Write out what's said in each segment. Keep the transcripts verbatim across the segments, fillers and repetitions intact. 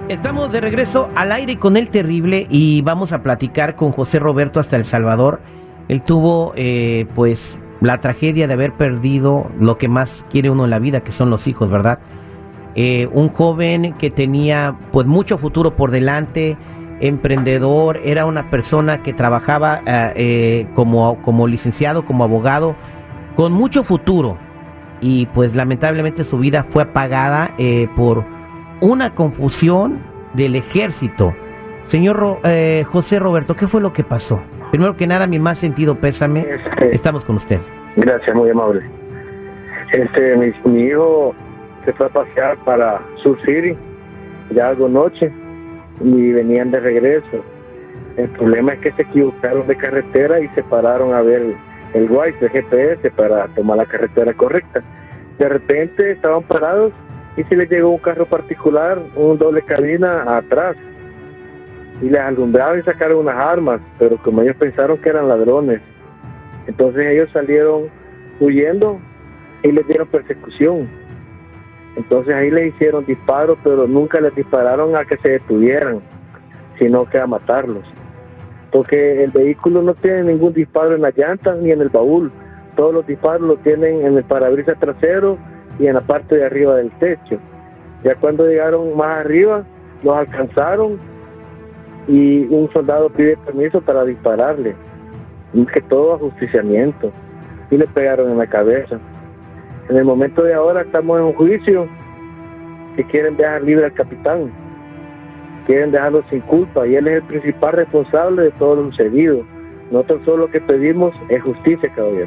Estamos de regreso al aire con El Terrible y vamos a platicar con José Roberto hasta El Salvador. Él tuvo eh, pues la tragedia de haber perdido lo que más quiere uno en la vida, que son los hijos, ¿verdad? Eh, un joven que tenía pues mucho futuro por delante, emprendedor, era una persona que trabajaba eh, eh, como, como licenciado, como abogado, con mucho futuro, y pues lamentablemente su vida fue apagada eh, por una confusión del ejército. Señor Ro, eh, José Roberto, ¿qué fue lo que pasó? Primero que nada, mi más sentido pésame. Este, Estamos con usted. Gracias, muy amable. Este, mi, mi hijo se fue a pasear para Sur City, ya algo noche, y venían de regreso. El problema es que se equivocaron de carretera y se pararon a ver el Waze, el G P S, para tomar la carretera correcta. De repente estaban parados y se les llegó un carro particular, un doble cabina atrás, y les alumbraba y sacaron unas armas, pero como ellos pensaron que eran ladrones, entonces ellos salieron huyendo y les dieron persecución. Entonces ahí les hicieron disparos, pero nunca les dispararon a que se detuvieran, sino que a matarlos, porque el vehículo no tiene ningún disparo en las llantas ni en el baúl. Todos los disparos los tienen en el parabrisas trasero y en la parte de arriba del techo. Ya cuando llegaron más arriba, los alcanzaron y un soldado pide permiso para dispararle, más que todo ajusticiamiento, y le pegaron en la cabeza. En el momento de ahora estamos en un juicio que quieren dejar libre al capitán, quieren dejarlo sin culpa, y él es el principal responsable de todo lo sucedido. Nosotros solo lo que pedimos es justicia, caballero.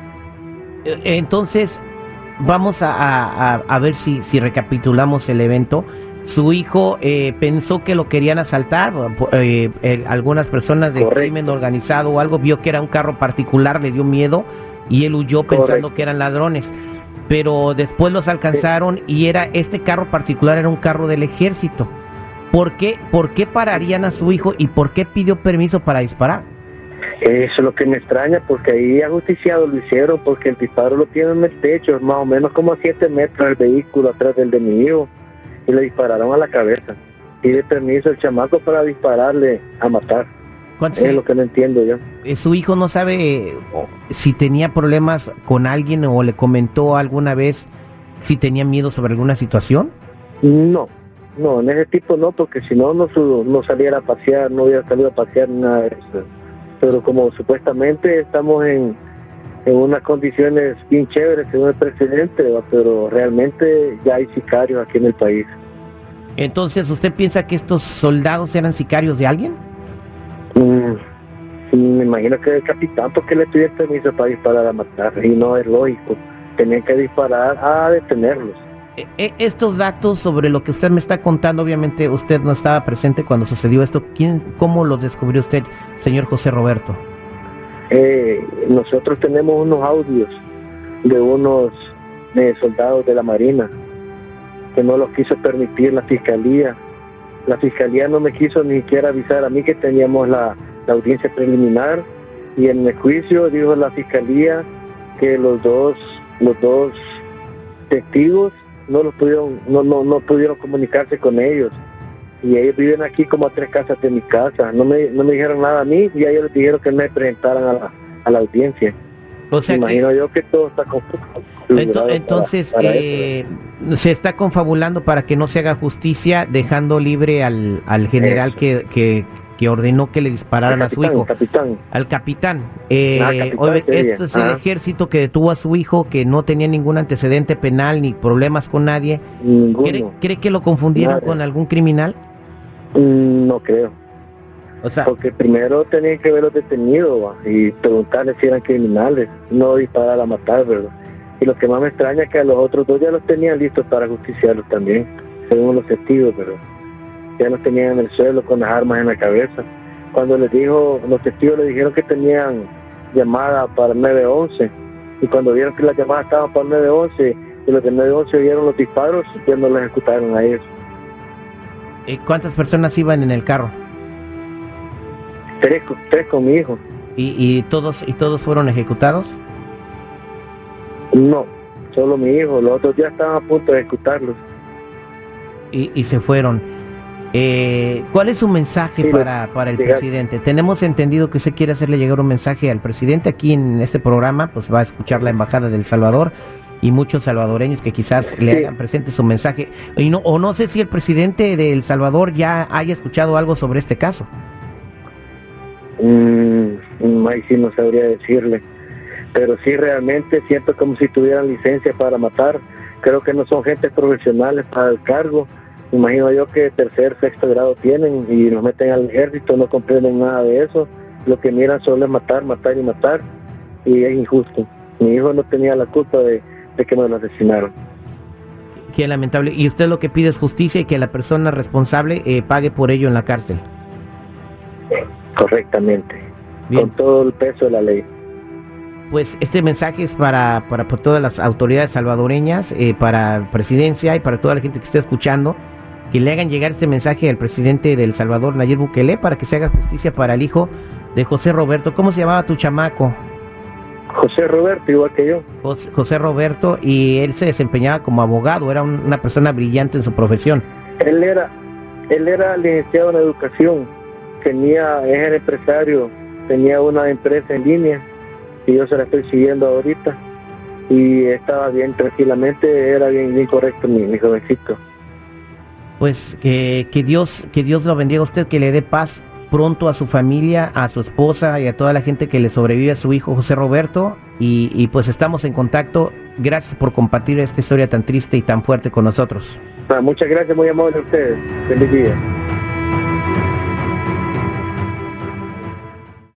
Entonces vamos a, a, a ver si, si recapitulamos el evento. Su hijo eh, pensó que lo querían asaltar, eh, eh, algunas personas del crimen organizado o algo, vio que era un carro particular, le dio miedo y él huyó pensando Correcto. que eran ladrones, pero después los alcanzaron sí. y era este carro particular era un carro del ejército. ¿Por qué, por qué pararían a su hijo y por qué pidió permiso para disparar? Eso es lo que me extraña, porque ahí ajusticiado lo hicieron, porque el disparo lo tiene en el techo, más o menos como a siete metros el vehículo atrás del de mi hijo, y le dispararon a la cabeza. Pide permiso el chamaco para dispararle a matar. Es sí? lo que no entiendo yo. ¿Su hijo no sabe eh, si tenía problemas con alguien o le comentó alguna vez si tenía miedo sobre alguna situación? No, no, en ese tipo no, porque si no, no, no saliera a pasear, no hubiera salido a pasear, nada de eso. Pero como supuestamente estamos en, en unas condiciones bien chéveres según el presidente, ¿va? Pero realmente ya hay sicarios aquí en el país. Entonces, ¿usted piensa que estos soldados eran sicarios de alguien? Mm, sí, me imagino que el capitán, porque le pidió permiso para disparar a matar, y no es lógico, tenían que disparar a detenerlos. Estos datos sobre lo que usted me está contando, obviamente usted no estaba presente cuando sucedió esto. ¿Quién, cómo lo descubrió usted, señor José Roberto? Eh, nosotros tenemos unos audios de unos eh, soldados de la Marina que no los quiso permitir la fiscalía. La fiscalía no me quiso ni siquiera avisar a mí que teníamos la, la audiencia preliminar, y en el juicio dijo la fiscalía que los dos, los dos testigos no los pudieron, no, no, no pudieron comunicarse con ellos, y ellos viven aquí como a tres casas de mi casa. No me, no me dijeron nada a mí, y a ellos les dijeron que me presentaran a la, a la audiencia. O sea, me imagino que, yo que todo está confabulado. Entonces, para, para eh, se está confabulando para que no se haga justicia, dejando libre al, al general que, que, que ordenó que le dispararan capitán, a su hijo. Capitán. Al capitán. Eh, ah, capitán hoy, esto es el ah. ejército que detuvo a su hijo, que no tenía ningún antecedente penal ni problemas con nadie. ¿Cree, ¿Cree que lo confundieron Nadie. con algún criminal? Mm, no creo. O sea, porque primero tenían que ver los detenidos, ¿va? Y preguntarles si eran criminales, no disparar a matar, ¿verdad? Y lo que más me extraña es que a los otros dos ya los tenían listos para justiciarlos también, según los testigos, pero ya los tenían en el suelo con las armas en la cabeza. Cuando les dijo, los testigos le dijeron que tenían llamada para el nueve once, y cuando vieron que las llamadas estaban para el nueve once, y los de nueve once vieron los disparos, ya no los ejecutaron a ellos. ¿Cuántas personas iban en el carro? Tres, tres con mi hijo. ¿Y, y todos y todos fueron ejecutados? No, solo mi hijo. Los otros ya estaban a punto de ejecutarlos. Y, y se fueron. Eh, ¿Cuál es su mensaje sí, para, para el llegar. presidente? Tenemos entendido que usted quiere hacerle llegar un mensaje al presidente. Aquí en este programa pues va a escuchar la Embajada del Salvador y muchos salvadoreños que quizás le Sí. hagan presente su mensaje. Y no, o no sé si el presidente de El Salvador ya haya escuchado algo sobre este caso. Mm, ahí sí no sabría decirle, pero sí realmente siento como si tuvieran licencia para matar. Creo que no son gente profesionales para el cargo. Imagino yo que tercer, sexto grado tienen y nos meten al ejército, no comprenden nada de eso. Lo que miran solo es matar, matar y matar, y es injusto. Mi hijo no tenía la culpa de, de que me lo asesinaron. Qué lamentable. Y usted lo que pide es justicia y que la persona responsable eh, pague por ello en la cárcel. Correctamente. Bien. Con todo el peso de la ley. Pues este mensaje es para, para, para todas las autoridades salvadoreñas, eh, para la presidencia y para toda la gente que esté escuchando, que le hagan llegar este mensaje al presidente de El Salvador, Nayib Bukele, para que se haga justicia para el hijo de José Roberto. ¿Cómo se llamaba tu chamaco? José Roberto, igual que yo. José, José Roberto, y él se desempeñaba como abogado, era un, una persona brillante en su profesión. Él era, él era licenciado en educación, tenía, es el empresario, tenía una empresa en línea y yo se la estoy siguiendo ahorita y estaba bien tranquilamente, era bien, bien correcto mi, mi jovencito. Pues que, que Dios, que Dios lo bendiga a usted, que le dé paz pronto a su familia, a su esposa y a toda la gente que le sobrevive a su hijo José Roberto, y, y pues estamos en contacto. Gracias por compartir esta historia tan triste y tan fuerte con nosotros. Ah, muchas gracias, muy amable a ustedes. Feliz día.